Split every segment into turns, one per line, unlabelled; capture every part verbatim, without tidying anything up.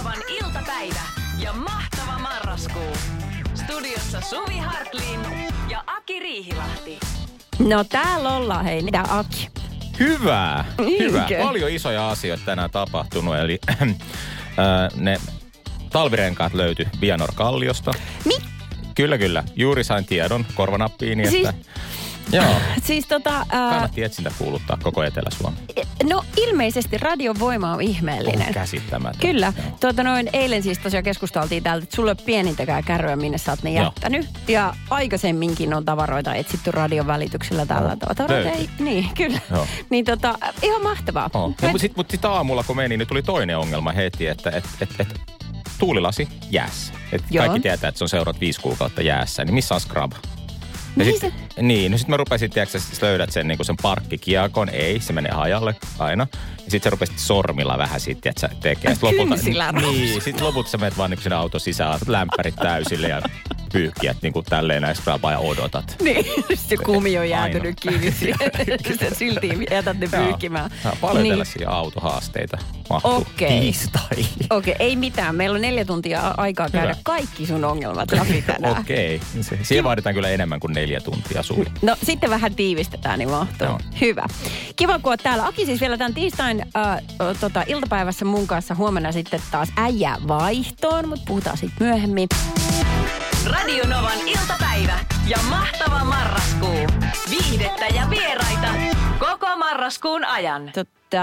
Radionovan iltapäivä ja mahtava marraskuu. Studiossa Suvi Hartlin ja Aki Riihilahti.
No täällä ollaan, hei, mitä Aki?
Hyvä, hyvä.
Niinkö?
Paljon isoja asioita tänään tapahtunut, eli äh, ne talvirenkaat löytyi Vianor-kalliosta.
Mi?
Kyllä, kyllä. Juuri sain tiedon korvanappiini,
Siis-
että... Joo,
Siis tota... Ää,
kannatti etsintä kuuluttaa koko Etelä-Suomi.
no ilmeisesti radion voima on ihmeellinen.
On käsittämätön.
Kyllä.
Joo.
Tuota noin, eilen siis tosiaan keskusteltiin täältä, että sulla ei ole pienintäkään kärryä, minne sä oot ne
Joo.
jättänyt. Ja aikaisemminkin on tavaroita etsitty radion välityksellä tällä
Joo.
tavalla. Tavaroita
Löytyi.
ei, niin, kyllä.
Joo.
Niin tota, ihan mahtavaa.
Oh. No, mutta sitten mut sit aamulla, kun meni, niin tuli toinen ongelma heti, että et, et, et, tuulilasi jäässä. Et
Joo.
kaikki tietää, että se on seuraavat viisi kuukautta jäässä, niin missä on scrub? Ja
Mihin
sit, niin, no sitten mä rupesin, tiedätkö, sä löydät sen, niin sen parkkikiakon. Ei, se menee hajalle aina. Ja sitten sä rupesit sormilla vähän siitä, että sä tekee. Sit
Kynsillä
niin, sitten lopulta sä menet vaan niin sinne auton sisään, otat lämpärit täysille ja pyyhkiät niin kuin tälleen näin scrubaa ja odotat.
Niin, se kumi on jäätynyt
Aina.
kiinni siihen. Sä silti jätät ne pyyhkimään.
Joo. Paljon
Niin.
tällaisia autohaasteita mahtuu.
Okei.
Tiistai.
Okei, ei mitään. Meillä on neljä tuntia a- aikaa käydä
Hyvä.
kaikki sun ongelmat läpi tänään.
Okei. Se- Siihen vaaditaan kyllä enemmän kuin neljä tuntia Suvi.
No sitten vähän tiivistetään, niin mahtuu.
Joo.
Hyvä. Kiva, kun oot täällä. Aki siis vielä tämän tiistain äh, tota, iltapäivässä mun kanssa. Huomenna sitten taas äijää vaihtoon, mutta puhutaan sitten myöhemmin.
Radionovan iltapäivä ja mahtava marraskuu. Viihdettä ja vieraita koko marraskuun ajan.
Tota,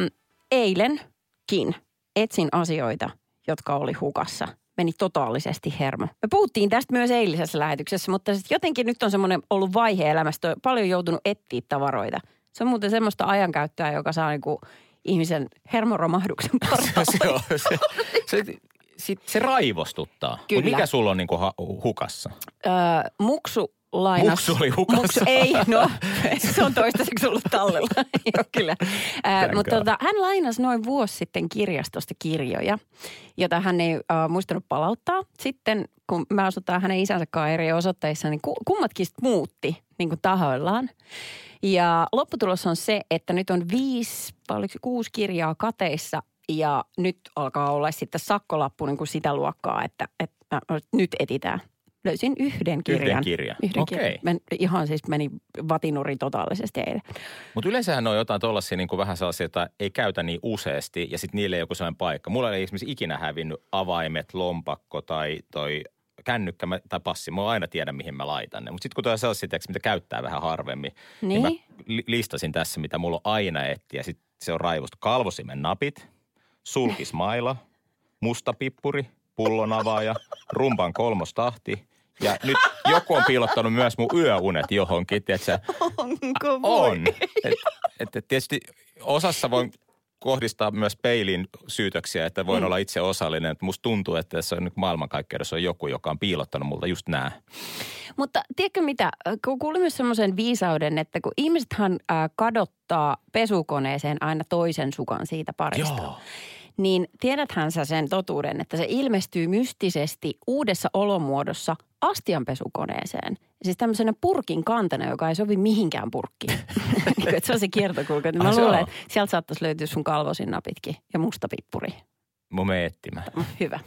eilenkin etsin asioita, jotka oli hukassa. Meni totaalisesti hermo. Me puhuttiin tästä myös eilisessä lähetyksessä, mutta sit jotenkin nyt on semmoinen ollut vaihe elämästä. Paljon joutunut etsiä tavaroita. Se on muuten semmoista ajankäyttöä, joka saa niinku ihmisen hermoromahduksen parhaan.
se, on, se, se, se, se raivostuttaa.
Kyllä.
Mut mikä sulla on niinku ha, hukassa?
Öö, muksu lainas.
Muksu oli hukassa.
Muksu, ei, no se on toistaiseksi ollut tallella. Joo, kyllä. Öö, mutta tota, hän lainasi noin vuosi sitten kirjastosta kirjoja, jota hän ei äh, muistanut palauttaa. Sitten kun mä asutaan hänen isänsä kanssa eri osoitteissa, niin kummatkin sit muutti niin kuin tahoillaan. Ja lopputulos on se, että nyt on viisi, oliko se kuusi kirjaa kateissa ja nyt alkaa olla sitten sakkolappu niin kuin sitä luokkaa, että, että nyt etitään. Löysin yhden kirjan.
Yhden kirjan.
Yhden
Okei.
kirjan. Men, ihan siis meni vatinuri totaalisesti eilen.
Mutta yleensähän on jotain tollaisia niinku vähän sellaisia, joita ei käytä niin useasti ja sitten niille ei joku sellainen paikka. Mulla ei esimerkiksi ikinä hävinnyt avaimet, lompakko tai toi kännykkä mä, tai passi. Mä aina tiedän, mihin mä laitan ne. Mutta sitten kun tuo on sellaisia, mitä käyttää vähän harvemmin, niin, niin mä li- listasin tässä, mitä mulla on aina etti. Ja sitten se on raivostu. Kalvosimen napit, sulkismaila, musta pippuri, pullonavaaja, rumpan kolmostahti. Ja nyt joku on piilottanut myös mun yöunet johonkin, tiedätkö?
Onko voi?
On. Että et, et tietysti osassa voin kohdistaa myös peilin syytöksiä, että voin mm. olla itse osallinen. Että musta tuntuu, että tässä on nyt maailmankaikkeudessa on joku, joka on piilottanut multa just nää.
Mutta tiedätkö mitä, kun kuulin myös semmoisen viisauden, että kun ihmisethän äh, kadottaa pesukoneeseen aina toisen sukan siitä parista.
Joo.
Niin tiedäthän sä sen totuuden, että se ilmestyy mystisesti uudessa olomuodossa astianpesukoneeseen. Siis tämmöisenä purkin kantana, joka ei sovi mihinkään purkkiin. Niin, että se on se kiertokulku. Mä
Ai se
luulen,
on.
että sieltä saattaisi löytyä sun kalvosin napitkin ja musta pippuri.
Mun mene etsimään.
Hyvä.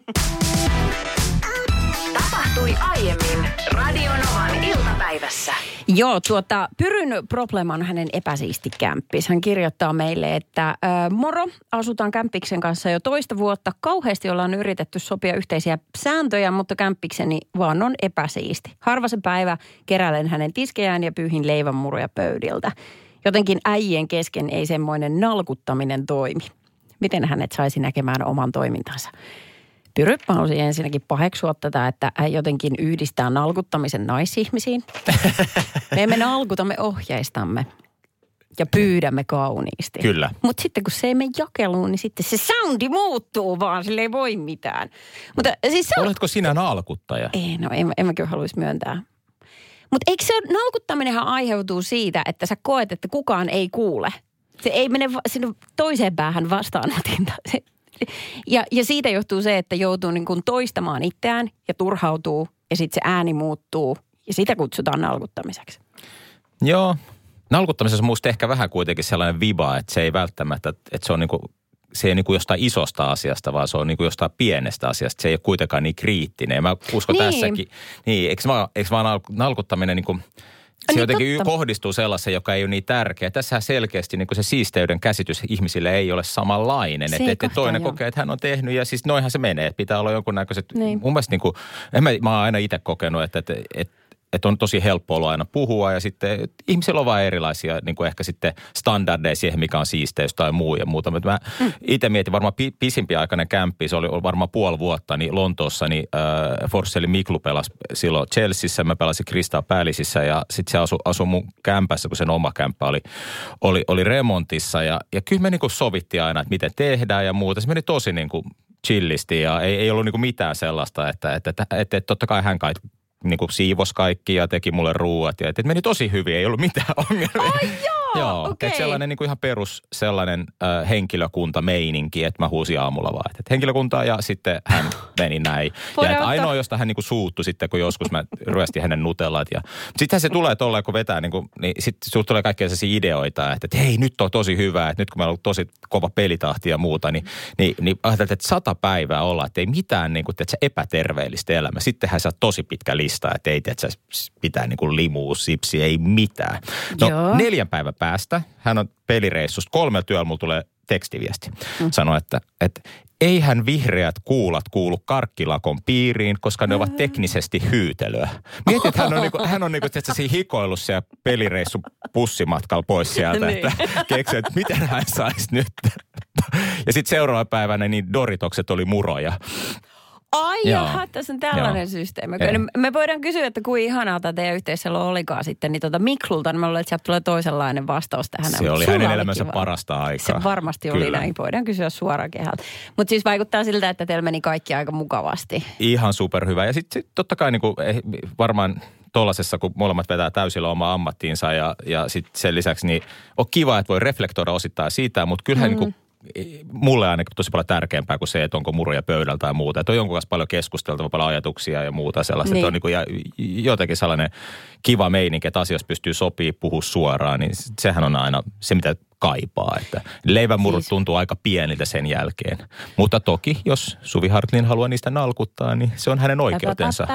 Tapahtui aiemmin Radionovan iltapäivässä.
Joo, tuota, Pyryn Problem on hänen epäsiisti kämppis. Hän kirjoittaa meille, että äh, moro, asutaan kämppiksen kanssa jo toista vuotta. Kauheasti ollaan yritetty sopia yhteisiä sääntöjä, mutta kämppikseni vaan on epäsiisti. Harva se päivä keräilen hänen tiskejään ja pyyhin leivänmuruja pöydiltä. Jotenkin äijien kesken ei semmoinen nalkuttaminen toimi. Miten hänet saisi näkemään oman toimintansa? Pyry, mä haluaisin ensinnäkin paheksua tätä, että hän jotenkin yhdistää nalkuttamisen naisihmisiin. Me emme nalkuta, me ohjeistamme ja pyydämme kauniisti.
Kyllä.
Mutta sitten kun se ei mene jakeluun, niin sitten se soundi muuttuu vaan, sille ei voi mitään. Mutta siis se on...
Oletko sinä nalkuttaja?
Ei, no en, en mä kyllä haluaisi myöntää. Mutta eikö se ole, nalkuttaminenhan aiheutuu siitä, että sä koet, että kukaan ei kuule. Se ei mene va- sinne toiseen päähän vastaanotinta. Se, ja, ja siitä johtuu se, että joutuu niin kuin toistamaan itseään ja turhautuu ja sitten se ääni muuttuu ja sitä kutsutaan nalkuttamiseksi.
Joo. Nalkuttamisessa on musta ehkä vähän kuitenkin sellainen viba, että se ei välttämättä, että se on niinku se ei niin kuin jostain isosta asiasta, vaan se on niin kuin jostain pienestä asiasta. Se ei ole kuitenkaan niin kriittinen. Mä uskon niin. tässäkin, niin, eikö vaan, eikö vaan nalkuttaminen niin kuin, se niin jotenkin totta. kohdistuu sellaiseen, joka ei ole niin tärkeä. Tässähän selkeästi niin kuin se siisteyden käsitys ihmisille ei ole samanlainen. Että et toinen joo. kokee, että hän on tehnyt ja siis noinhan se menee. Että pitää olla jonkunnäköiset, niin. mun mielestä niin kuin, mä, mä oon aina itse kokenut, että, että, että että on tosi helppo olla aina puhua ja sitten ihmisillä on vaan erilaisia niin kuin ehkä sitten standardeja siihen, mikä on siisteys tai muu ja muuta. Mutta mä mm. itse mietin varmaan pisimpiaikainen kämppi, se oli varmaan puoli vuotta, niin Lontoossa, niin äh, Forsellin Miklu pelasi silloin Chelseassa, mä pelasin Crystal Palaceissa ja sitten se asui, asui mun kämpässä, kun sen oma kämppä oli, oli, oli remontissa ja, ja kyllä me niin kuin sovittiin aina, että miten tehdään ja muuta. Se meni tosi niin kuin chillisti ja ei, ei ollut niin kuin mitään sellaista, että, että, että, että, että totta kai hän kai niin kuin siivos kaikki ja teki mulle ruuat. Ja, että meni tosi hyvin, ei ollut mitään ongelmia.
Ai joo, joo okei.
Okay. Sellainen niin kuin ihan perus sellainen äh, henkilökuntameininki, että mä huusin aamulla vaan. Että henkilökuntaa ja sitten hän meni näin. Ja että ainoa, josta hän niin kuin suuttui sitten, kun joskus mä ryöstin hänen nutellat. Ja sittenhän se tulee tolleen, kun vetää, niin, kuin, niin sitten sulla tulee kaikkea sellaisia ideoita, että, että hei, nyt on tosi hyvä, että nyt kun meillä on ollut tosi kova pelitahti ja muuta, niin, niin, niin ajatellaan, että sata päivää olla, että ei mitään niin kuin, että se epäterveellistä elämää. Sittenhän sä tosi pitkä lista, että ei, että sä pitää niin kuin limuu, sipsi, ei mitään. No Joo. neljän päivän päästä, hän on pelireissusta, kolmella työllä mulla tulee tekstiviesti. Mm. Sano, että, että eihän vihreät kuulat kuulu karkkilakon piiriin, koska ne ovat teknisesti hyytelöä. Mietit, että hän on, niinku, hän on niinku, että siinä hikoillut siellä pelireissun pussimatkalla pois sieltä, niin. Että keksii, että miten hän saisi nyt. Ja sitten seuraava päivänä niin Doritokset oli muroja.
Ai jaha, tässä on tällainen Joo. systeemi. Ei. Me voidaan kysyä, että kuin ihanaa tämä teidän yhteisöllä olikaan sitten, niin tuota Miklulta, niin mä luulen, että sieltä tulee toisenlainen vastaus tähän.
Se oli hänen elämänsä kiva. Parasta aikaa.
Se varmasti oli Kyllä. näin, voidaan kysyä suoraan kehältä. Mutta siis vaikuttaa siltä, että teillä meni kaikki aika mukavasti. Ihan
superhyvä. Ja sitten sit, totta kai niinku, varmaan tuollaisessa, kun molemmat vetää täysillä omaa ammattiinsa ja, ja sitten sen lisäksi, niin on kiva, että voi reflektoida osittain siitä, mutta kyllähän mm. niinku mulle ainakin tosi paljon tärkeämpää kuin se, että onko muruja pöydällä tai muuta. Että on jonkun kanssa paljon keskusteltava, paljon ajatuksia ja muuta sellaista. Niin. Että on niin kuin ja, jotenkin sellainen kiva meininki, että asioissa pystyy sopii, puhua suoraan. Niin sehän on aina se, mitä kaipaa. Että leivänmurut siis tuntuu aika pieniltä sen jälkeen. Mutta toki, jos Suvi Hartlin haluaa niistä nalkuttaa, niin se on hänen oikeutensa.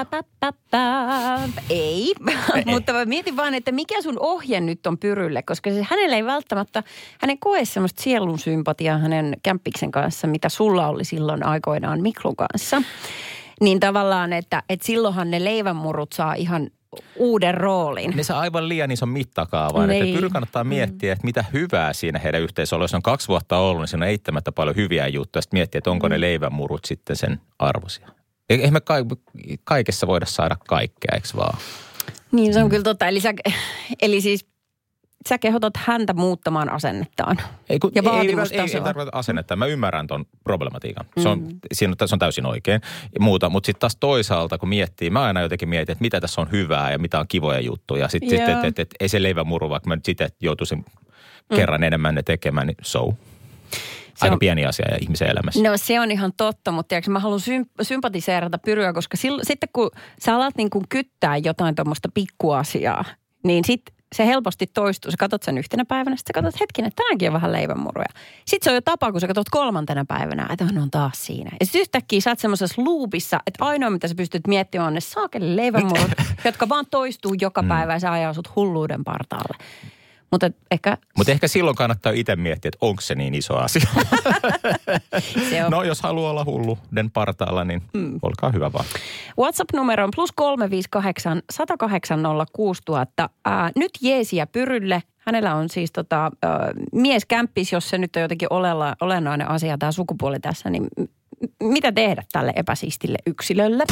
Ei, mutta mä mietin vaan, että mikä sun ohje nyt on Pyrylle, koska se hänellä ei välttämättä, hänen koe semmoista sielun sympatiaa hänen kämppiksen kanssa, mitä sulla oli silloin aikoinaan Miklun kanssa. Niin tavallaan, että, että silloinhan ne leivänmurut saa ihan uuden roolin.
Ne saa aivan liian ison mittakaavan. Niin. Että Pyry kannattaa miettiä, että mitä hyvää siinä heidän yhteisöllä. Jos on kaksi vuotta ollut, niin siinä on eittämättä paljon hyviä juttuja. Sitten miettiä, että onko mm. ne leivänmurut sitten sen arvoisia. Eihän me kaikessa voida saada kaikkea, eikö vaan?
Niin, se on mm. kyllä totta. Eli, sä, eli siis sä kehotat häntä muuttamaan asennettaan
ei, kun,
ja
vaatimustasoa. Ei, ei, ei tarvitse asennetta. Mä ymmärrän ton problematiikan. Se on, mm. siinä on, se on täysin oikein muuta. Mutta sitten taas toisaalta, kun miettii, mä aina jotenkin mietin, että mitä tässä on hyvää ja mitä on kivoja juttuja. Sitten sit, että et, et, ei se leivänmuru, vaikka mä nyt sitten joutuisin mm. kerran enemmän ne tekemään, niin so. Aika on pieni asia ja ihmisen elämässä.
No se on ihan totta, mutta tiedätkö, mä haluan symp- sympatiseerata Pyryä, koska silloin, sitten kun sä alat niin kuin kyttää jotain tuommoista pikkuasiaa, niin sitten se helposti toistuu. Sä katot sen yhtenä päivänä, sitten sä katot hetken, että tänäänkin on vähän leivänmuruja. Sitten se on jo tapa, kun sä katot kolmantena päivänä, että on taas siinä. Ja sitten yhtäkkiä sä oot semmoisessa loopissa, että ainoa mitä sä pystyt miettimään on ne saakeli leivänmurut, jotka vaan toistuu joka päivä ja sä ajaa sut hulluuden partaalle. Mutta ehkä...
Mutta ehkä silloin kannattaa itse miettiä, että onko se niin iso asia. Se on. No jos haluaa olla hulluuden partaalla, niin mm. olkaa hyvä vaan.
WhatsApp-numero on plus kolme viisi kahdeksan, sata kahdeksan nolla kuusi tuhatta. Ää, nyt jeesiä Pyrylle. Hänellä on siis tota, ää, mieskämppis, jos se nyt on jotenkin olella, olennainen asia, tämä sukupuoli tässä, niin m- mitä tehdä tälle epäsiistille yksilölle?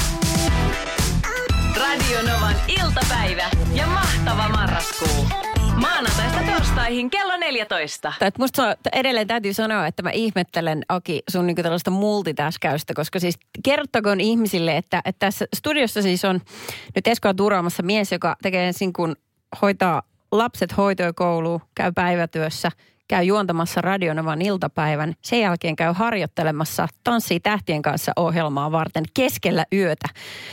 Radio Novan iltapäivä ja mahtava marraskuu. Maanantaista torstaihin kello neljätoista.
Tät musta edelleen täytyy sanoa, että mä ihmettelen, Aki, sun niinku tällaista multitaskäystä, koska siis kertokoon ihmisille, että, että tässä studiossa siis on nyt Eskoa turvaamassa mies, joka tekee ensin kun hoitaa lapset hoitoja kouluun, käy päivätyössä, käy juontamassa Radio Novan iltapäivän, sen jälkeen käy harjoittelemassa Tanssii tähtien kanssa -ohjelmaa varten keskellä yötä.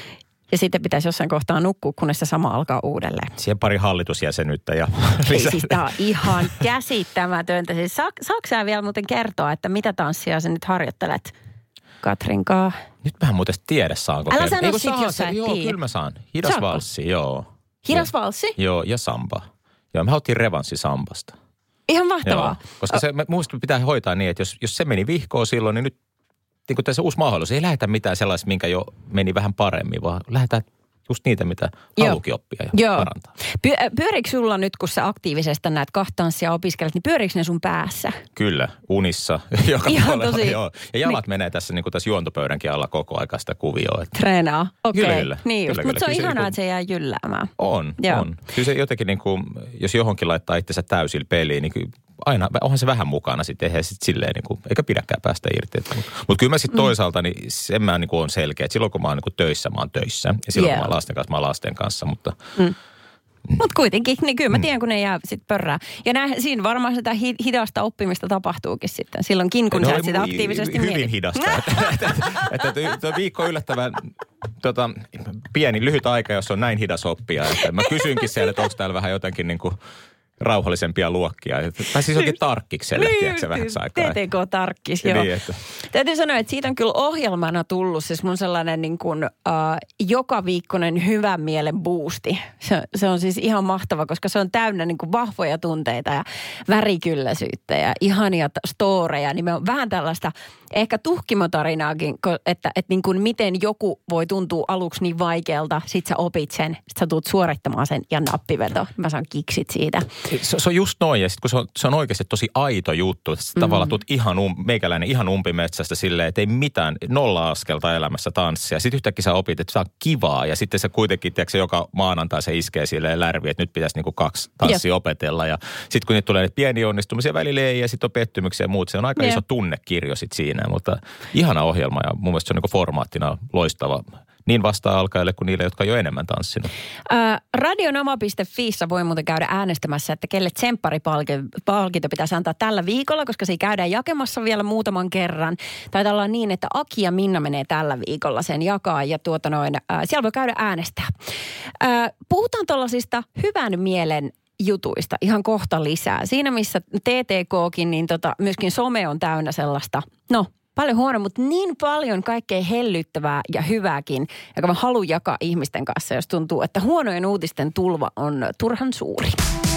Ja sitten pitäisi jossain kohtaa nukkua, kunnes se sama alkaa uudelleen.
Siihen pari hallitusjäsenyyttä ja
Ei siis tämä on ihan käsittämätöntä. Siis saa, saako sä vielä muuten kertoa, että mitä tanssia sä nyt harjoittelet Katrinkaa?
Nyt mä en muuten tiedä, saanko.
Älä sano
Eiku,
sit,
saa,
jos sä et
Joo,
tiedä.
kyllä mä saan. Hidas
Saatko?
valssi, joo.
Hidas valssi?
Joo, ja samba. Joo, me haluttiin revanssi sambasta.
Ihan mahtavaa.
Joo, koska se, muista pitää hoitaa niin, että jos, jos se meni vihkoon silloin, niin nyt niin kuin tässä uusi mahdollisuus. Ei lähetä mitään sellaista, minkä jo meni vähän paremmin, vaan lähdetään just niitä, mitä haluukin oppia ja
Joo.
parantaa.
Py- pyöriikö sulla nyt, kun sä aktiivisesti näet kahta tanssia opiskelet, niin pyöriikö ne sun päässä?
Kyllä, unissa. Joka
Ihan
puolella,
tosi.
joo. Ja jalat niin. menee tässä, niin kuin tässä juontopöydänkin alla koko aika sitä kuvioa. Että
Treenaa, okei.
Kyllä,
Okay.
kyllä.
Niin just,
Kyllä,
mutta se on
kyllä.
ihanaa,
Kyllä
että se jää jylläämään.
On,
Joo.
on. Kyllä se jotenkin niin kuin, jos johonkin laittaa itsensä täysillä peliin, niin kyllä aina, onhan se vähän mukana sitten, eihän sitten silleen niin kuin, eikä pidäkään päästä irti. Mutta mut kyllä mä sitten mm. toisaalta, niin sen mä niin kuin on selkeä, että silloin kun mä oon niin kuin töissä, mä oon töissä. Ja silloin yeah. kun mä oon lasten kanssa, mä oon lasten kanssa, mutta... Mm.
Mm. Mutta kuitenkin, niin kyllä mä tiedän, kun ne jää sitten pörrää. Ja nää, siinä varmaan sitä hi- hidasta oppimista tapahtuukin sitten. Silloinkin, kun
no,
sä et sitä aktiivisesti
hyvin
mietit.
hidasta. että, että, että tuo viikko on yllättävän tota, pieni, lyhyt aika, jos on näin hidas oppia. Että mä kysyinkin siellä, että onko täällä vähän jotenkin niin kuin rauhallisempia luokkia. Tai siis onkin tarkkikselle, tiedätkö vähän aikaa.
T T K-tarkkis, joo.
Niin, että...
Täytyy sanoa, että siitä on kyllä ohjelmana tullut siis mun sellainen niin kuin, uh, joka viikkoinen hyvän mielen boosti. Se, se on siis ihan mahtava, koska se on täynnä niin kuin vahvoja tunteita ja värikylläisyyttä ja ihania storeja. Niin me on vähän tällaista ehkä tuhkimotarinaakin, että, että niin kuin miten joku voi tuntua aluksi niin vaikealta, sit sä opit sen, sit sä tuut suorittamaan sen ja nappiveto. Mä saan kiksit siitä.
Se, se on just noin, ja sitten kun se on, se on oikeasti tosi aito juttu, että mm-hmm. tavallaan tuut ihan, um, meikäläinen ihan umpimetsästä silleen, että ei mitään nolla-askelta elämässä tanssia. Sitten yhtäkkiä sä opit, että se on kivaa, ja sitten se kuitenkin, tiedätkö, joka maanantai se iskee silleen lärvi, että nyt pitäisi niinku kaksi tanssia Jep. opetella. Ja sitten kun niitä tulee niitä pieniä onnistumisia välillä ei, ja sitten on pettymyksiä ja muut, se on aika Jep. iso tunnekirjo sitten siinä, mutta ihana ohjelma, ja mun mielestä se on niinku formaattina loistava. Niin vasta-alkajalle kuin niille, jotka on jo enemmän tanssinut.
Ää, radionoma piste fiissä voi muuten käydä äänestämässä, että kelle tsempparipalkinto pitäisi antaa tällä viikolla, koska se käydään jakemassa vielä muutaman kerran. Taitaa olla niin, että Aki ja Minna menee tällä viikolla sen jakaa ja tuota noin, ää, siellä voi käydä äänestää. Ää, puhutaan tuollaisista hyvän mielen jutuista ihan kohta lisää. Siinä missä T T K:kin, niin tota, myöskin some on täynnä sellaista, no paljon huono, mutta niin paljon kaikkea hellyttävää ja hyvääkin, joka mä haluan jakaa ihmisten kanssa, jos tuntuu, että huonojen uutisten tulva on turhan suuri.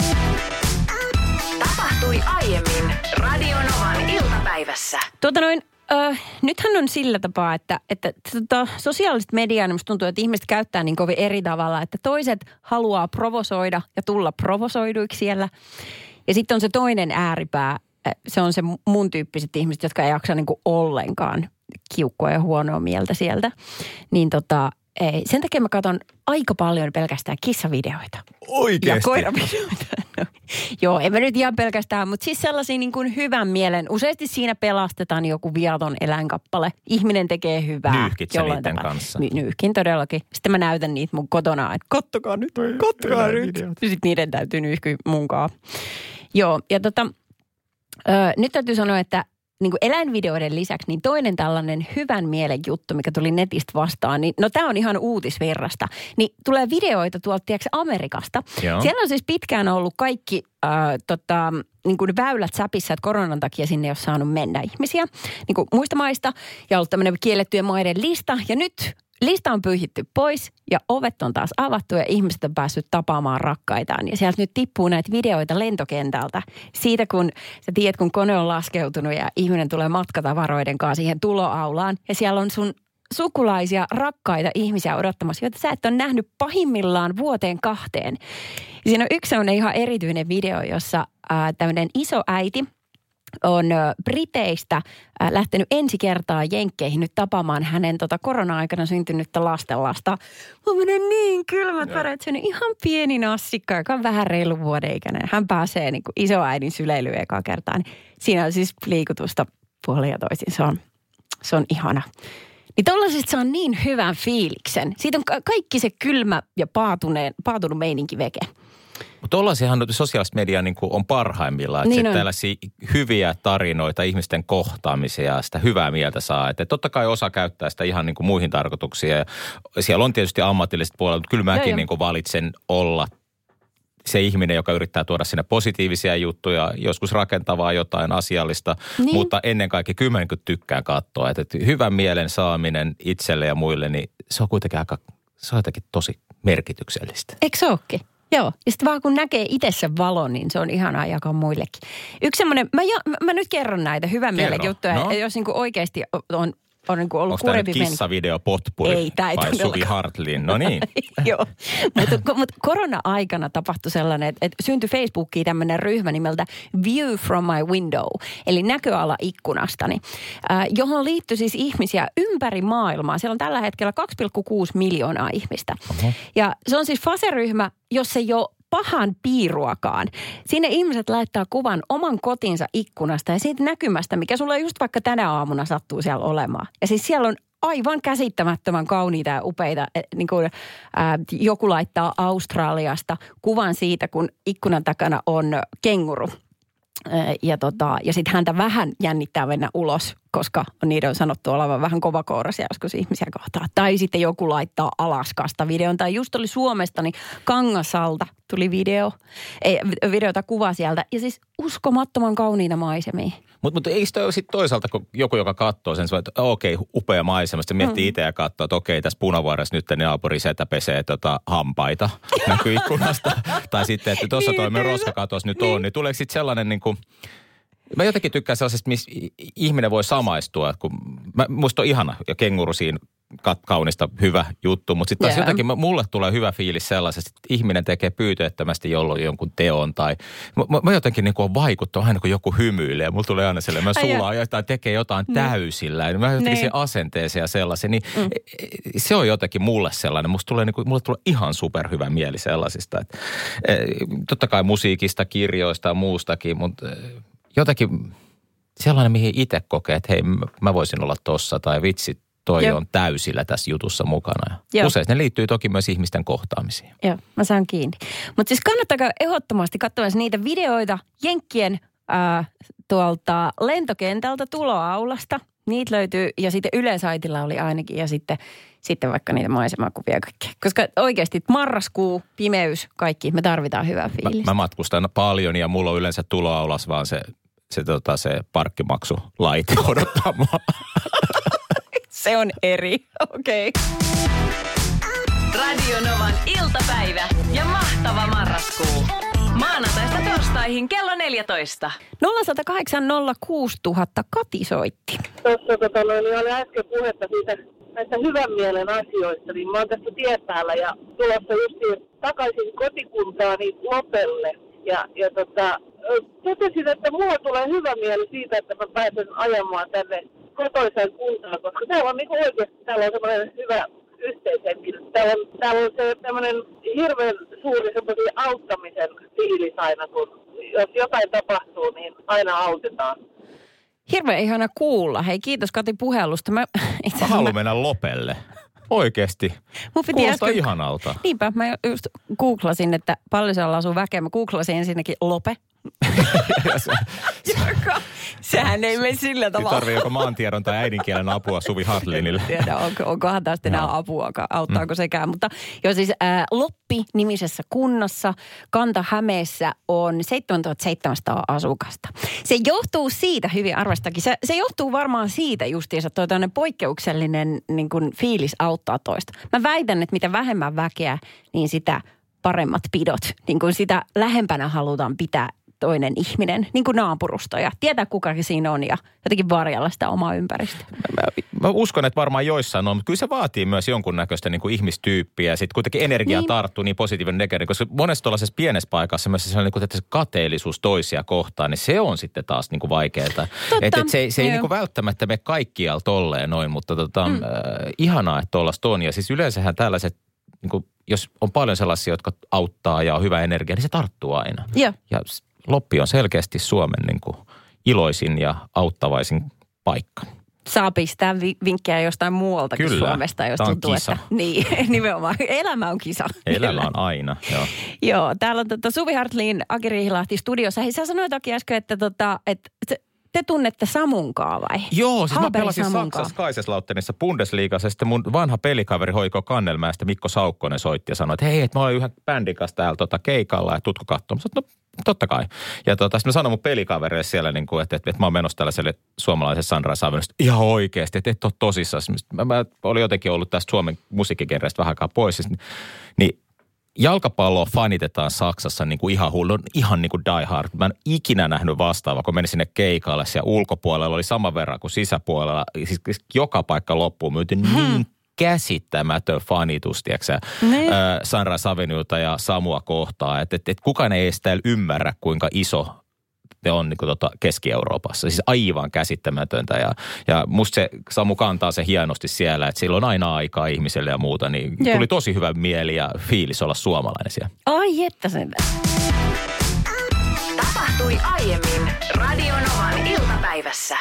Tapahtui aiemmin Radionovan iltapäivässä.
Tuota noin, äh, nythän on sillä tapaa, että, että tota, sosiaalista mediaa, niin musta tuntuu, että ihmiset käyttää niin kovin eri tavalla, että toiset haluaa provosoida ja tulla provosoiduiksi siellä. Ja sitten on se toinen ääripää, se on se mun tyyppiset ihmiset, jotka ei jaksa niin kuin ollenkaan kiukkoa ja huonoa mieltä sieltä. Niin tota, ei. Sen takia mä katson aika paljon pelkästään kissavideoita.
Oikeesti?
Ja koiravideoita. No, joo, en mä nyt ihan pelkästään, mutta siis sellaisia niin kuin hyvän mielen. Useasti siinä pelastetaan joku viaton eläinkappale. Ihminen tekee hyvää.
Nyyhkit sä niiden tapaa. Kanssa?
Nyyhkin todellakin. Sitten mä näytän niitä mun kotona, että kattokaa nyt, kattokaa nyt. Sitten niiden täytyy nyyhkyä munkaan. Joo, ja tota... Öö, nyt täytyy sanoa, että niin kuin eläinvideoiden lisäksi, niin toinen tällainen hyvän mielen juttu, mikä tuli netistä vastaan, niin no tämä on ihan uutisvirrasta. Niin tulee videoita tuolta, tiedätkö, Amerikasta. Joo. Siellä on siis pitkään ollut kaikki äh, tota, niin kuin väylät säpissä, että koronan takia sinne ei ole saanut mennä ihmisiä niin kuin muista maista. Ja ollut tämmöinen kiellettyjen maiden lista. Ja nyt lista on pyyhitty pois ja ovet on taas avattu ja ihmiset on päässyt tapaamaan rakkaitaan. Ja sieltä nyt tippuu näitä videoita lentokentältä. Siitä kun sä tiedät, kun kone on laskeutunut ja ihminen tulee matkatavaroiden kanssa siihen tuloaulaan. Ja siellä on sun sukulaisia, rakkaita ihmisiä odottamassa, joita sä et ole nähnyt pahimmillaan vuoteen kahteen. Ja siinä on yksi sellainen ihan erityinen video, jossa ää, tämmöinen iso äiti on Briteistä lähtenyt ensi kertaa Jenkkeihin nyt tapaamaan hänen tota korona-aikana syntynyttä lastenlasta. Mä menen niin kylmät väreet, se on ihan pieni nassikka, joka on vähän reilu vuoden ikäinen. Hän pääsee niin kuin isoäidin syleilyyn ekaa kertaa. Niin siinä on siis liikutusta puolin ja toisin. Se on, se on ihana. Niin tollaisesta saa niin hyvän fiiliksen. Siitä on ka- kaikki se kylmä ja paatuneen, paatunut meininki veke.
Mutta tollaisiahan sosiaalista mediaa niin on parhaimmillaan. Että
niin
on. Tällaisia hyviä tarinoita, ihmisten kohtaamisia ja sitä hyvää mieltä saa. Että totta kai osa käyttää sitä ihan niin kuin muihin tarkoituksiin. Ja siellä on tietysti ammatilliset puolet, mutta kyllä mäkin niin kuin valitsen olla se ihminen, joka yrittää tuoda sinne positiivisia juttuja, joskus rakentavaa jotain asiallista, niin. Mutta ennen kaikkea kyllä mä niin kuin tykkään katsoa. Että hyvän mielen saaminen itselle ja muille, niin se on kuitenkin aika, se on jotenkin tosi merkityksellistä.
Eikö se olekin? Joo, ja sitten vaan kun näkee itse sen valon, niin se on ihanaa jakaa muillekin. Yksi semmoinen, mä, mä, mä nyt kerron näitä hyvän mielen juttuja, no. Jos niin kuin oikeasti on, on niin kuin ollut kurempi meni.
Onko tämä kissavideo potpuri?
Ei, tämä ei
vai Suvi Hartlin? No niin.
Joo, mutta, mutta korona-aikana tapahtui sellainen, että, että syntyi Facebookiin tämmöinen ryhmä nimeltä View from my window, eli näköala ikkunastani, äh, johon liittyi siis ihmisiä ympäri maailmaa. Siellä on tällä hetkellä kaksi pilkku kuusi miljoonaa ihmistä. Uh-huh. Ja se on siis Fase-ryhmä, jos ei ole pahan piiruakaan. Sinne ihmiset laittaa kuvan oman kotinsa ikkunasta ja siitä näkymästä, mikä sulla just vaikka tänä aamuna sattuu siellä olemaan. Ja siis siellä on aivan käsittämättömän kauniita ja upeita. Niin kuin, ää, joku laittaa Australiasta kuvan siitä, kun ikkunan takana on kenguru. Ää, ja tota, ja sitten häntä vähän jännittää mennä ulos, koska niiden on sanottu olevan vähän kovakouraisia, joskus ihmisiä kohtaa. Tai sitten joku laittaa Alaskasta videon. Tai just oli Suomesta, niin Kangasalta tuli video, ei, videota kuva sieltä. Ja siis uskomattoman kauniina maisemia.
Mutta mut eikö toi sitten toisaalta, kun joku, joka katsoo sen, että okei, okay, upea maisema, sitten miettii mm. itse ja katsoo, että okei, okay, tässä Punavuoressa nyt naapuri setä pesee tota, hampaita näkyy ikkunasta. Tai sitten, että tuossa niin, toi roskakatos nyt niin. on, niin tuleeko sitten sellainen niin kuin, mä jotenkin tykkään sellaisesta, missä ihminen voi samaistua, kun mä, musta on ihana ja kenguru siinä kaunista hyvä juttu, mutta sitten taas yeah. jotenkin mulle tulee hyvä fiilis sellaisesta, että ihminen tekee pyyteettömästi jolloin jonkun teon tai mä, mä jotenkin niin kuin on vaikuttanut aina kun joku hymyilee ja mulla tulee aina sellainen, mä sulaa jotain, tekee jotain mm. täysillä ja mä jotenkin siihen asenteeseen ja sellaisen, niin mm. se on jotenkin mulle sellainen, musta tulee, niin kuin, mulle tulee ihan superhyvä mieli sellaisista, että totta kai musiikista, kirjoista ja muustakin, mutta jotenkin sellainen, mihin itse kokee, että hei, mä voisin olla tossa tai vitsi, toi Joo. on täysillä tässä jutussa mukana. Joo. Usein ne liittyy toki myös ihmisten kohtaamisiin. Joo,
mä saan kiinni. Mutta siis kannattakaa ehdottomasti katsoa niitä videoita Jenkkien äh, tuolta lentokentältä tuloaulasta. Niitä löytyy ja sitten Yle-saitilla oli ainakin ja sitten, sitten vaikka niitä maisemakuvia kaikkea. Koska oikeasti marraskuu, pimeys, kaikki, me tarvitaan hyvää fiilistä.
Mä, mä matkustan paljon ja mulla on yleensä tuloaulas vaan se, se, tota, se parkkimaksulaite odottaa mua.
Se on eri, okei. Okay.
Radio Novan iltapäivä ja mahtava marraskuu. Maanantaista torstaihin kello neljätoista.
nolla yksi nolla kahdeksan nolla kuusi nolla nolla nolla Kati soitti.
Tuossa tota, oli äsken puhetta siitä näistä hyvän mielen asioista, niin mä oon tässä tien päällä ja tulossa just takaisin kotikuntaani Lopelle. Ja, ja tota, totesin, että mulla tulee hyvä mieli siitä, että mä pääsen ajamaan tänne kotoiseen kuntaan, koska täällä on niin oikeasti täällä on semmoinen hyvä yhteishenki. Täällä on, täällä on se tämmöinen hirveän suuri semmoinen auttamisen fiilis aina, kun jos jotain tapahtuu, niin aina autetaan.
Hirveän ihana kuulla. Hei, kiitos Kati puhelusta. Mä,
mä haluan mennä Lopelle. Oikeesti. Kuulostaa äsken ihanalta.
Niinpä, mä just googlasin, että paljon siellä asuu väkeä. Mä googlasin ensinnäkin Lope. Joka, sehän ei mene sillä tavalla.
Tarvii joko maantiedon tai äidinkielen apua Suvi Hartlinille.
Tiedä, onko, onkohan tästä enää no. apua, auttaako mm. sekään. Mutta jo siis ää, Loppi-nimisessä kunnassa Kanta-Hämeessä on seitsemäntuhatta seitsemänsataa asukasta. Se johtuu siitä, hyvin arvastakin, se, se johtuu varmaan siitä justiinsa toi tämmöinen poikkeuksellinen niin kuin fiilis auttaa toista. Mä väitän, että mitä vähemmän väkeä, niin sitä paremmat pidot. Niin kuin sitä lähempänä halutaan pitää toinen ihminen, niin kuin naapurustoja. Tietää kukakin siinä on ja jotenkin varjella sitä omaa ympäristöä.
Mä, mä uskon, että varmaan joissain on, mutta kyllä se vaatii myös jonkunnäköistä niin kuin ihmistyyppiä. Sitten kuitenkin energia niin. tarttuu niin positiivinen negatiivinen, koska monessa tuollaisessa pienessä paikassa myös sellainen niin kuin kateellisuus toisia kohtaan, niin se on sitten taas niin kuin vaikeaa. Että et se, se ei niin kuin välttämättä mene kaikkialta tolleen noin, mutta tota, mm. äh, ihanaa, että tuollaista on. Ja siis yleensähän tällaiset, niin kuin, jos on paljon sellaisia, jotka auttaa ja on hyvä energia, niin se tarttuu aina.
Joo.
Ja Loppi on selkeästi Suomen niin kuin iloisin ja auttavaisin paikka.
Saa pistää vi- vinkkejä jostain muualtakin
Kyllä.
Suomesta, jos
Tää on
tuntuu,
kisa.
että niin, nimenomaan. Elämä on kisa.
Elämä on aina, joo.
Joo, täällä on tota Suvi Hartlin, Aki Riihilahti studiossa. Hei, sä sanoit Aki äsken, että, tota, että te tunnette Samunkaa vai?
Joo, siis mä
Haaberi
pelasin
Samunkaa.
Saksassa Kaiserslauternissa Bundesliigassa ja sitten mun vanha pelikaveri Hoiko Kannelmäestä Mikko Saukkonen soitti ja sanoi, että hei, että mä olen yhden bändin kanssa täällä tota, keikalla ja tutko katsoa. Mä sanoin, no totta kai. Ja tota, sitten mä sanoin mun pelikaverille siellä, niin kuin, että, että, että mä oon menossa tällaiselle suomalaiselle Sunrise Avenuesta ihan oikeasti, että et ole tosissaan. Mä, mä olin jotenkin ollut tästä Suomen musiikkigenreistä vähän aikaa pois. Siis, niin jalkapalloa fanitetaan Saksassa niin kuin ihan hullu, ihan niin kuin die hard. Mä en ikinä nähnyt vastaavaa, kun menin sinne keikalle. Siellä ulkopuolella oli sama verran kuin sisäpuolella. Siis joka paikka loppuun myyty hmm. niin käsittämätön fanitus, tiiäksä,
niin.
äh, Sunrise Avenueta ja Samua kohtaa. Että et, et kukaan ei edes täällä ymmärrä, kuinka iso ne on niin kuin tota Keski-Euroopassa. Siis aivan käsittämätöntä. Ja, ja musta se Samu kantaa se hienosti siellä, että sillä on aina aikaa ihmiselle ja muuta. Niin
yeah.
tuli tosi hyvä mieli ja fiilis olla suomalainen siellä.
Ai että sen.
Tapahtui aiemmin Radionovan iltapäivässä.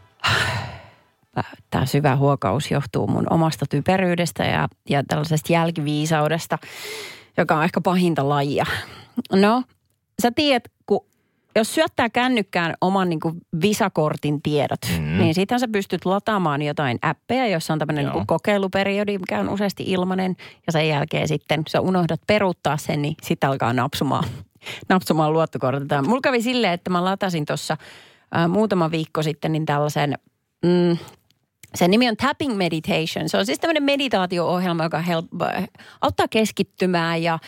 Tämä syvä huokaus johtuu mun omasta typeryydestä ja, ja tällaisesta jälkiviisaudesta, joka on ehkä pahinta lajia. No, sä tiedät, kun jos syöttää kännykkään oman niin kuin visakortin tiedot, mm. niin siitähän sä pystyt lataamaan jotain appeja, jossa on tämmöinen niin kuin kokeiluperiodi, mikä on useasti ilmainen. Ja sen jälkeen sitten, sä unohdat peruuttaa sen, niin sitten alkaa napsumaan, napsumaan luottokortilta. Mulla kävi silleen, että mä latasin tuossa äh, muutama viikko sitten niin tällaisen... Mm, sen nimi on Tapping Meditation. Se on siis tämmöinen meditaatio-ohjelma, joka help, auttaa keskittymään ja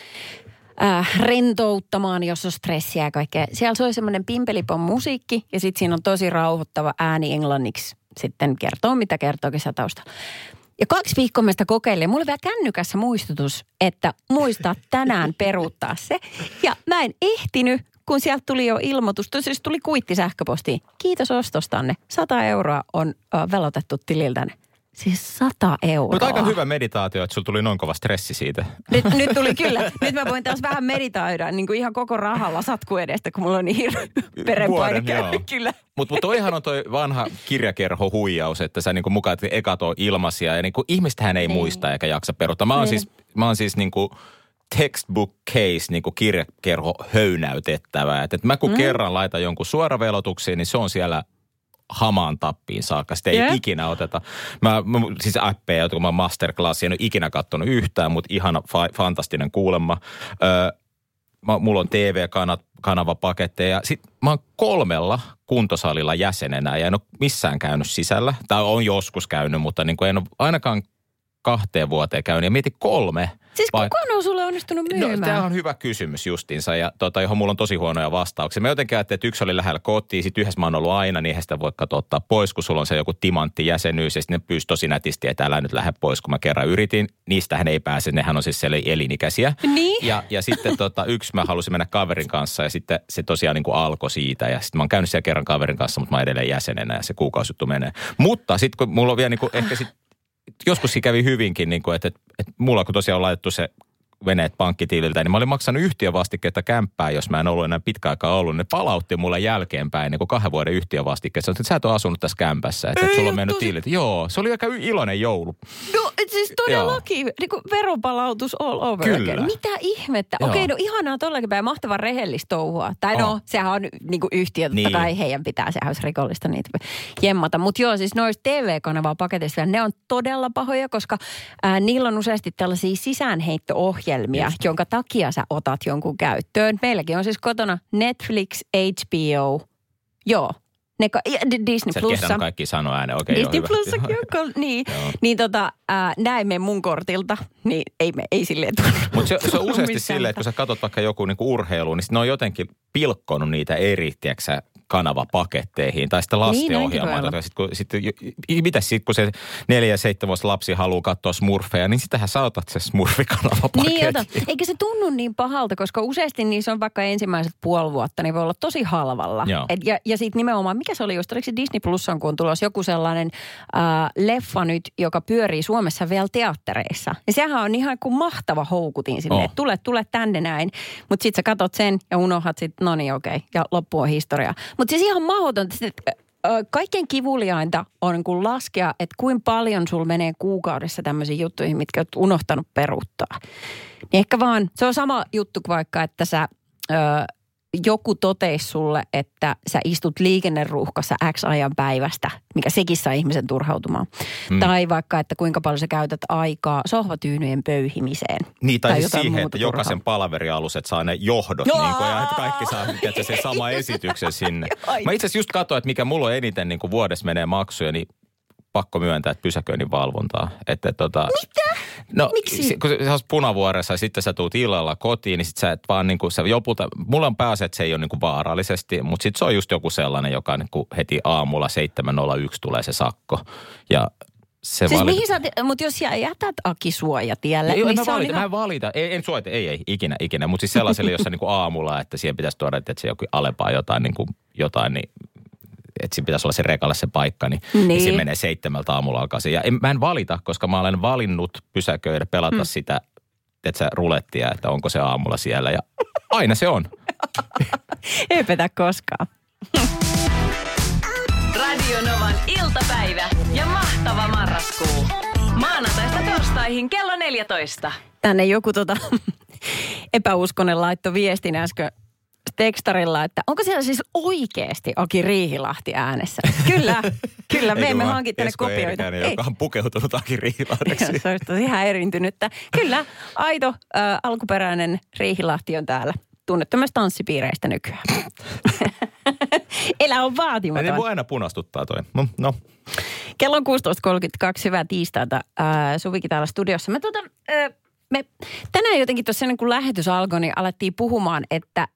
äh, rentouttamaan, jos on stressiä ja kaikkea. Siellä soi semmoinen pimpelipon musiikki ja sitten siinä on tosi rauhoittava ääni englanniksi. Sitten kertoo, mitä kertookin sä taustalla. Ja kaksi viikkoa mä sitä kokeilin. Mulla oli vielä kännykässä muistutus, että muista tänään peruuttaa se. Ja mä en ehtinyt, kun sieltä tuli jo ilmoitus. Siis tuli kuitti sähköpostiin. Kiitos ostostanne. Sata euroa on ö, velotettu tililtänne. Siis sata euroa.
Mutta aika hyvä meditaatio, että sulla tuli noin kova stressi siitä.
Nyt, nyt tuli kyllä. Nyt mä voin taas vähän meditoida niin kuin ihan koko rahalla satku edestä, kun mulla on niin hirveä verenpaine. Kyllä.
Mutta mut toihan on toi vanha kirjakerho huijaus, että sä niinku mukaan ekat on ilmaisia. Ja niinku ihmistähän ei niin. muista eikä jaksa peruttaa. Mä oon niin. siis, mä oon siis niinku textbook case, niinku kirjakerho höynäytettävää. Että et mä kun mm. kerran laitan jonkun suoravelotuksiin, niin se on siellä hamaan tappiin saakka. Sitä ei yeah. ikinä oteta. Mä, mä siis appeja, jotka mä masterclassia en ole ikinä katsonut yhtään, mutta ihana fa- fantastinen kuulemma. Öö, mä, mulla on T V-kanavapaketteja. Sitten mä oon kolmella kuntosalilla jäsenenä ja en ole missään käynyt sisällä. Tai on joskus käynyt, mutta niin kuin en ole ainakaan kahteen vuoteen käynyt. Ja mieti kolme.
Siis kuka on sulle onnistunut myymään?
No, tämä on hyvä kysymys justiinsa, ja tota, johon mulla on tosi huonoja vastauksia. Mä jotenkin ajattelin, että yksi oli lähellä kotiin, sitten yhdessä mä oon ollut aina, niin eihän sitä voi ottaa pois, kun sulla on se joku timanttijäsenyys, ja sitten ne pyysi tosi nätisti, että älä nyt lähde pois, kun mä kerran yritin. Niistähän ei pääse, nehän on siis siellä elinikäisiä.
Niin?
Ja, ja sitten tota, yksi mä halusin mennä kaverin kanssa, ja sitten se tosiaan niin kuin alkoi siitä, ja sitten mä oon käynyt siellä kerran kaverin kanssa, mutta mä oon edelleen jäsenenä, ja se kuukausijuttu menee. Mutta sitten kun mulla on vielä niin kuin, ehkä sitten, joskus siinä kävi hyvinkin, niin kuin, että, että, että mulla kun tosiaan on laitettu se veneet pankkitililtä, niin mä olin maksanut yhtiövastikkeetta kämppää, jos mä en ollut enää pitkä aikaa ollut. Ne palautti mulle jälkeenpäin niin kuin kahden vuoden yhtiövastikkeessa. Että sä et ole asunut tässä kämpässä, että, että sulla on mennyt tosi... tilit. Joo, se oli aika iloinen joulu.
No siis todellakin, niin kuin veronpalautus all over
Kyllä.
again. Mitä ihmettä? Joo. Okei, no ihanaa todellakin päin, mahtavaa rehellistä touhua. Tai oh. no, sehän on niin kuin yhtiö, totta niin. kai heidän pitää, sehän olisi rikollista niitä jemmata. Mutta joo, siis noista T V-kanavaa paketista, ne on todella pahoja, koska ää, niillä on useasti tällaisia sisäänheitto-ohjelmia. Just. Jonka takia sä otat jonkun käyttöön. Meilläkin on siis kotona Netflix, H B O, joo, ne ka- ja Disney
Plussa.
Sä et kehdannut
kaikki sanoa ääneen, okei,
Disney Plussakin on, niin. Niin tota, ää, näin me mun kortilta, niin ei me, ei silleen tullut.
Mutta se, se on useasti silleen, että kun sä katsot vaikka joku niinku urheilu, niin ne on jotenkin pilkkonut niitä eri, tiiäksä, kanavapaketteihin tai sitten lastenohjelmaa. Niin, sitten, sitten, mitä sitten, kun se neljä- ja seitsemänvuotias lapsi haluaa katsoa smurfeja, niin sitähän sä otat se smurfikanavapaketti.
Niin ota. Eikä se tunnu niin pahalta, koska useasti niissä on vaikka ensimmäiset puoli vuotta, niin voi olla tosi halvalla. Et, ja ja sitten nimenomaan, mikä se oli just, oliko se Disney Plusan, kun on tulossa joku sellainen äh, leffa nyt, joka pyörii Suomessa vielä teattereissa. Ja sehän on ihan kuin mahtava houkutin sinne, oh. että tule, tule tänne näin. Mutta sitten sä katot sen ja unohdat sitten, no niin okei, okay, ja loppu on historiaa. Mutta siis ihan mahdotonta, että kaikkein kivuliainta on kun laskea, että kuinka paljon sul menee kuukaudessa tämmöisiin juttuihin, mitkä olet unohtanut peruuttaa. Niin ehkä vaan, se on sama juttu kuin vaikka, että sä... Ö, joku toteisi sulle, että sä istut liikenneruuhkassa X ajan päivästä, mikä sekin saa ihmisen turhautumaan. Hmm. Tai vaikka, että kuinka paljon sä käytät aikaa sohvatyynyjen pöyhimiseen.
Niin, tai, tai siis siihen, että jokaisen palaverialuset saa ne johdot, niin kuin, ja että kaikki saa että se sama esityksen sinne. Mä itse asiassa just katsoin, että mikä mulla on eniten niin kuin vuodessa menee maksuja, niin pakko myöntää, että pysäköinnin valvontaa. Että, tota,
mitä?
No,
miksi?
Kun sä oot Punavuoressa ja sitten sä tuut illalla kotiin, niin sit sä et vaan niin kuin, sä jopulta, mulla on pääase, että se ei ole niin kuin vaarallisesti, mutta sit se on just joku sellainen, joka niin kuin heti aamulla seitsemän nolla yksi tulee se sakko. Ja se
siis
valit...
mihin sä, mutta jos sä jätät Aki suojatielle,
niin
niin
mä
se
valita,
on ihan...
mä valita, ei, en suojata, ei, ei, ikinä, ikinä, mutta siis sellaiselle, jossa niin kuin aamulla, että siihen pitäisi tuoda, että se joku alempaa jotain, niin kuin, jotain, niin että siinä pitäisi olla se rekalle se paikka, niin, niin. niin siinä menee seitsemältä aamulla alkaa se. Ja en, mä en valita, koska mä olen valinnut pysäköidä, pelata hmm. sitä, että sä rulettia, että onko se aamulla siellä. Ja aina se on.
Ei petä koskaan.
Radio Novan iltapäivä ja mahtava marraskuu. Maanantaista torstaihin kello neljätoista.
Tänne joku tota epäuskonen laittoi viestin äsken tekstarilla, että onko siellä siis oikeasti Aki Riihilahti äänessä? Kyllä, kyllä. Me emme hanki tänne kopioita.
Ei, joka on pukeutunut Aki Riihilahdeksi.
Se olisi tosi häiriintynyttä. Kyllä, aito äh, alkuperäinen Riihilahti on täällä. Tunnettu myös tanssipiireistä nykyään. Elä on vaatimaton.
Ei voi aina punastuttaa toi. No. no.
Kello on kuusitoista kolmekymmentäkaksi. Hyvää tiistaita. Äh, Suvikin täällä studiossa. Mä tota, äh, me tänään jotenkin tuossa ennen kuin lähetys alkoi, niin alettiin puhumaan, että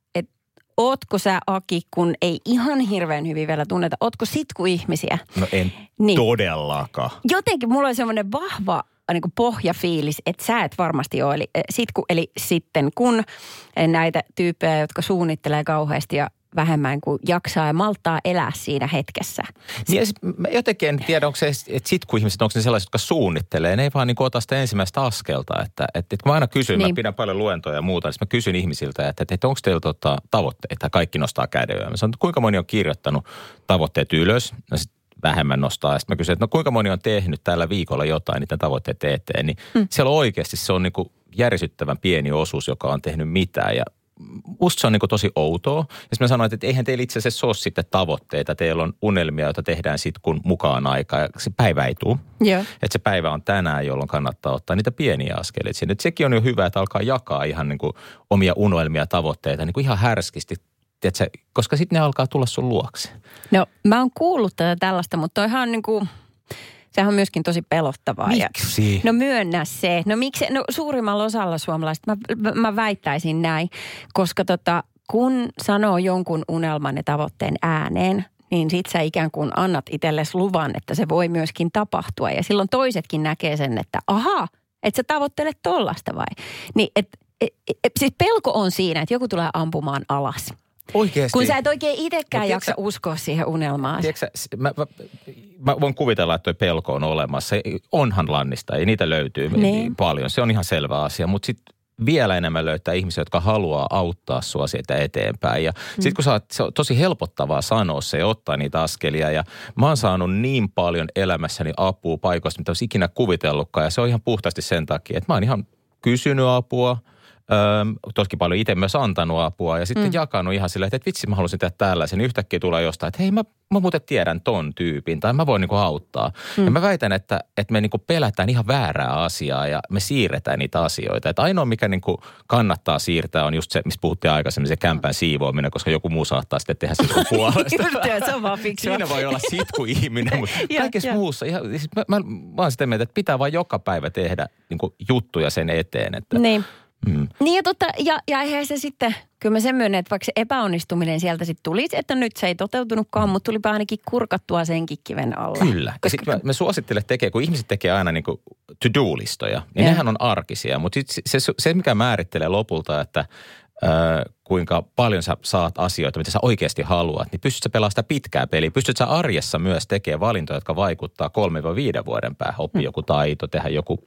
ootko sä, Aki, kun ei ihan hirveän hyvin vielä tunneta, ootko sitku-ihmisiä?
No en niin. todellakaan.
Jotenkin mulla on semmoinen vahva niin kuin pohjafiilis, että sä et varmasti ole. Eli sitku, eli sitten kun näitä tyyppejä, jotka suunnittelee kauheasti ja vähemmän kuin jaksaa ja malttaa elää siinä hetkessä.
Niin, mä jotenkin en tiedä, onko se, että sitku-ihmiset, onko ne sellaiset, jotka suunnittelee. Ne ei vaan niin kuin ota sitä ensimmäistä askelta. Että, että, että mä aina kysyn, niin. Mä pidän paljon luentoja ja muuta, niin mä kysyn ihmisiltä, että, että, että onko teillä tota, tavoitteita. Kaikki nostaa käden. Mä sanon, että kuinka moni on kirjoittanut tavoitteet ylös. No sit vähemmän nostaa. Ja sitten mä kysyn, että no kuinka moni on tehnyt tällä viikolla jotain niiden tavoitteiden eteen. Niin mm. siellä oikeasti se on niin kuin järisyttävän pieni osuus, joka on tehnyt mitään. Ja musta se on niin kuin tosi outoa. Ja sitten mä sanoin, että eihän teillä itse asiassa ole sitten tavoitteita. Teillä on unelmia, joita tehdään sitten kun mukaan aikaa. Ja se päivä ei tule.
Yeah. Että
se päivä on tänään, jolloin kannattaa ottaa niitä pieniä askeleita sinne. Että sekin on jo hyvä, että alkaa jakaa ihan niin kuin omia unelmia, tavoitteita niin kuin ihan härskisti. Tiedätkö, koska sitten ne alkaa tulla sun luokse.
No mä oon kuullut tätä tällaista, mutta toihan on niin kuin... Sehän on myöskin tosi pelottavaa.
Miksi?
Ja, no myönnä se. No miksi? No suurimmalla osalla suomalaisista mä, mä väittäisin näin, koska tota, kun sanoo jonkun unelman ja tavoitteen ääneen, niin sit sä ikään kuin annat itsellesi luvan, että se voi myöskin tapahtua. Ja silloin toisetkin näkee sen, että ahaa, että sä tavoittelet tollasta vai? Niin et, et, et, siis pelko on siinä, että joku tulee ampumaan alas.
Oikeasti.
Kun sä et oikein itsekään jaksa sä, uskoa siihen unelmaan.
Tiedätkö mä, mä, mä voin kuvitella, että toi pelko on olemassa. Onhan lannista, ei niitä löytyy niin paljon. Se on ihan selvä asia, mutta sitten vielä enemmän löytää ihmisiä, jotka haluaa auttaa sua siitä eteenpäin. Ja mm. sitten kun sä oot, se on tosi helpottavaa sanoa se ja ottaa niitä askelia. Ja mä oon saanut niin paljon elämässäni apua paikoista, mitä olisi ikinä kuvitellutkaan. Ja se on ihan puhtaasti sen takia, että mä oon ihan kysynyt apua. Öö, toskin paljon itse myös antanut apua ja sitten mm. jakanut ihan silleen, että, että vitsi mä haluaisin tehdä tällaisen. Niin yhtäkkiä tulee jostain, että hei mä, mä muuten tiedän ton tyypin tai mä voin niinku auttaa. Mm. Ja mä väitän, että, että me niinku pelätään ihan väärää asiaa ja me siirretään niitä asioita. Että ainoa mikä niinku kannattaa siirtää on just se, mistä puhuttiin aikaisemmin, se kämpän siivoaminen, koska joku muu saattaa sitten tehdä sen sun puolesta.
Just, se on vaan fiksua.
Siinä voi olla sitku-ihminen, mutta kaikessa muussa. Ihan, siis mä, mä, mä oon sitä mieltä, että pitää vaan joka päivä tehdä niinku juttuja sen eteen. Että,
niin. Mm. Niin ja totta, ja, ja eihän se sitten, kyllä mä sen myönnän, että vaikka se epäonnistuminen sieltä sitten tuli, että nyt se ei toteutunutkaan, mutta tulipa ainakin kurkattua senkin kiven alla.
Kyllä. Koska... Sitten mä, mä suosittelen tekee, kun ihmiset tekee aina niin kuin to-do-listoja, niin ja. Nehän on arkisia. Mutta se, se, se, mikä määrittelee lopulta, että äh, kuinka paljon sä saat asioita, mitä sä oikeasti haluat, niin pystyt sä pelaamaan sitä pitkää peliä. Pystyt sä arjessa myös tekemään valintoja, jotka vaikuttaa kolme vai viiden vuoden päähän. Oppii mm. joku taito, tehdä joku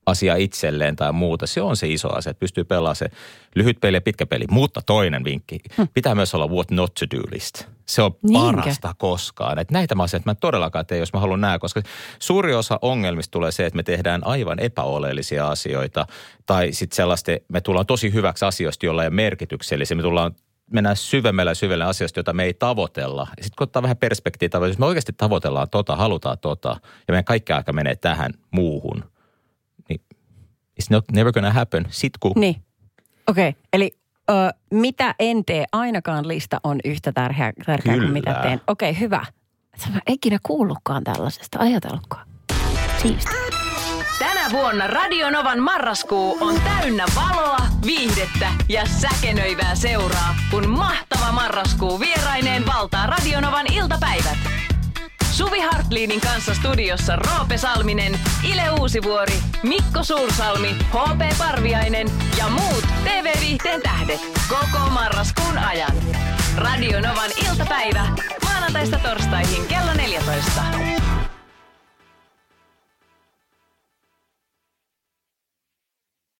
asia itselleen tai muuta. Se on se iso asia, että pystyy pelaamaan se lyhyt peli ja pitkä peli. Mutta toinen vinkki, hm. pitää myös olla what not to do list. Se on Niinkä? parasta koskaan. Että näitä asioita mä en todellakaan tee, jos mä haluan nää, koska suuri osa ongelmista tulee se, että me tehdään aivan epäoleellisia asioita. Tai sitten sellaista, me tullaan tosi hyväksi asioista, joilla ei ole merkityksellisiä. Me tullaan mennään syvemmällä ja syvemmällä asioista, joita me ei tavoitella. Ja sitten kun ottaa vähän perspektiiviä, jos me oikeasti tavoitellaan tota, halutaan tota, ja meidän kaikki aika menee tähän muuhun, niin it's not never gonna happen. Sitku.
Niin. Okei. Okay. Eli ö, mitä en tee, ainakaan lista on yhtä tärkeä, tärkeä kuin mitä teen. Okei, okay, hyvä. Mä en ikinä kuullutkaan tällaisesta. Ajatelkaa. Siisti.
Tänä vuonna Radio Novan marraskuu on täynnä valoa, viihdettä ja säkenöivää seuraa, kun mahtava marraskuu vieraineen valtaa Radio Novan iltapäivät. Suvi Hartlinin kanssa studiossa Roope Salminen, Ile Uusivuori, Mikko Suursalmi, H P Parviainen ja muut T V-viihteen tähdet koko marraskuun ajan. Radio Novan iltapäivä maanantaista torstaihin kello neljätoista.